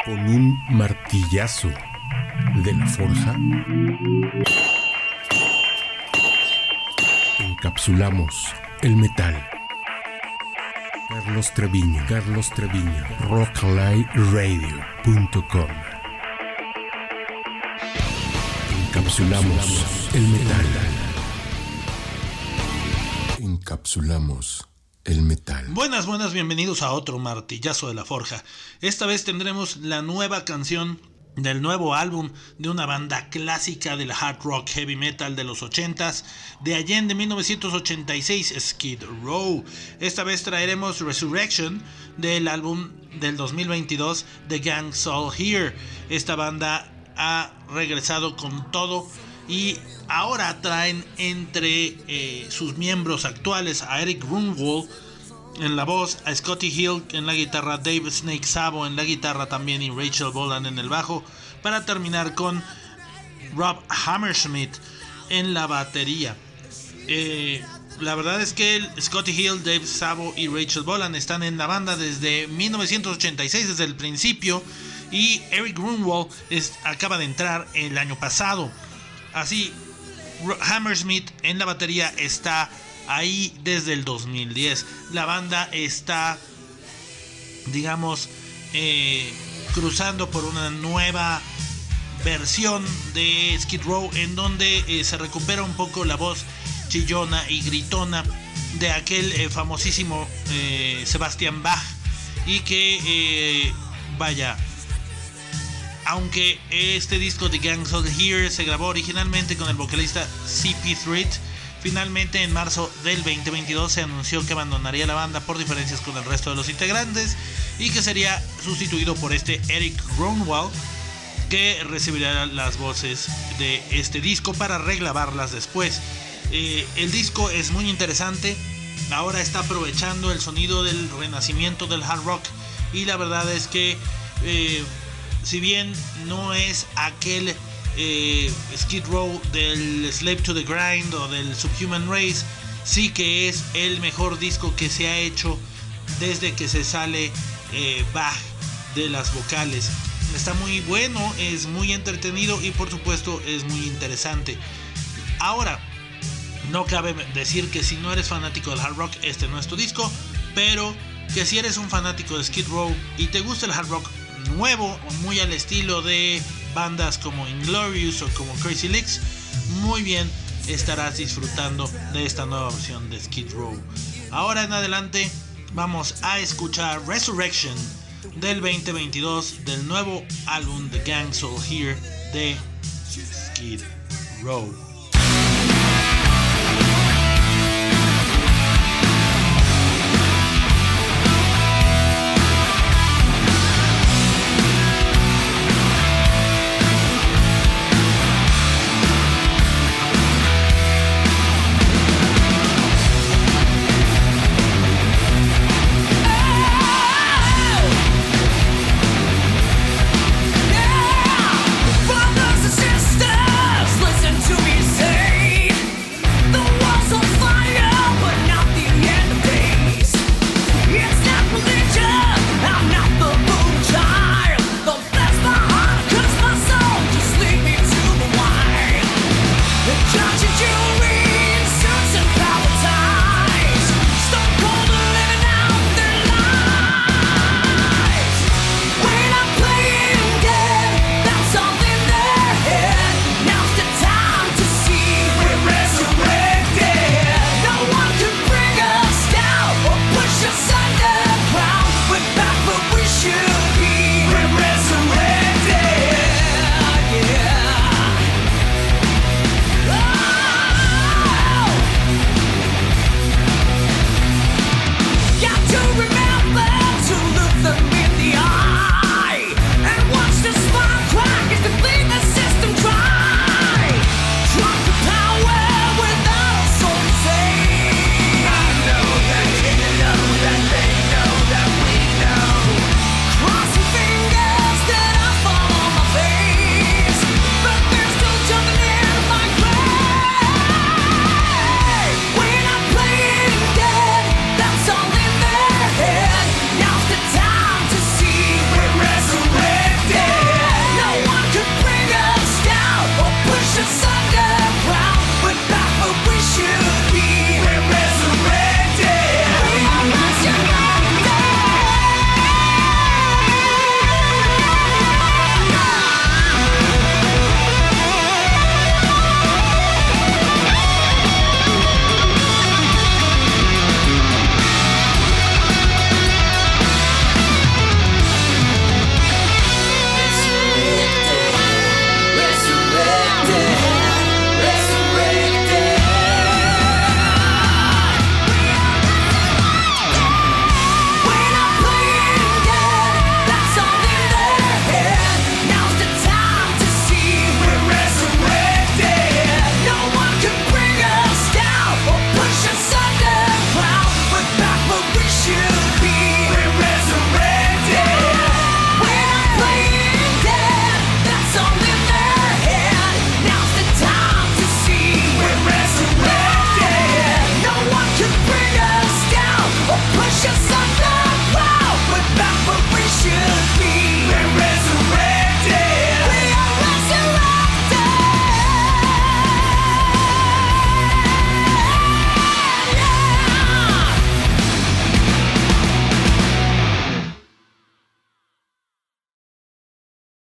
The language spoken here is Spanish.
Con un martillazo de la forja, encapsulamos el metal. Carlos Treviño, rocklightradio.com. Encapsulamos el metal. Encapsulamos el metal. Buenas, bienvenidos a otro martillazo de la forja. Esta vez tendremos la nueva canción del nuevo álbum de una banda clásica del hard rock heavy metal de los 80s, de Allende 1986, Skid Row. Esta vez traeremos Resurrection del álbum del 2022, The Gang's All Here. Esta banda ha regresado con todo y ahora traen entre sus miembros actuales a Eric Grunwald en la voz, a Scotty Hill en la guitarra, Dave Snake Sabo en la guitarra también y Rachel Bolan en el bajo, para terminar con Rob Hammerschmidt en la batería. La verdad es que Scotty Hill, Dave Sabo y Rachel Bolan están en la banda desde 1986, desde el principio, y Eric Grunwald acaba de entrar el año pasado. Así, Hammerschmidt en la batería está ahí desde el 2010. La banda está, digamos, cruzando por una nueva versión de Skid Row, en donde se recupera un poco la voz chillona y gritona de aquel famosísimo Sebastian Bach, y que aunque este disco de Gang's All Here se grabó originalmente con el vocalista C.P. Threat, finalmente en marzo del 2022 se anunció que abandonaría la banda por diferencias con el resto de los integrantes y que sería sustituido por este Eric Grunwald, que recibirá las voces de este disco para regrabarlas después. El disco es muy interesante, ahora está aprovechando el sonido del renacimiento del hard rock, y la verdad es que si bien no es aquel Skid Row del Slave to the Grind o del Subhuman Race, sí que es el mejor disco que se ha hecho desde que se sale Bach de las vocales. Está muy bueno, es muy entretenido y por supuesto es muy interesante. Ahora, no cabe decir que si no eres fanático del hard rock, este no es tu disco, pero que si eres un fanático de Skid Row y te gusta el hard rock nuevo, muy al estilo de bandas como Inglorious o como Crazy Legs, muy bien estarás disfrutando de esta nueva versión de Skid Row. Ahora en adelante vamos a escuchar Resurrection del 2022 del nuevo álbum The Gang's All Here de Skid Row.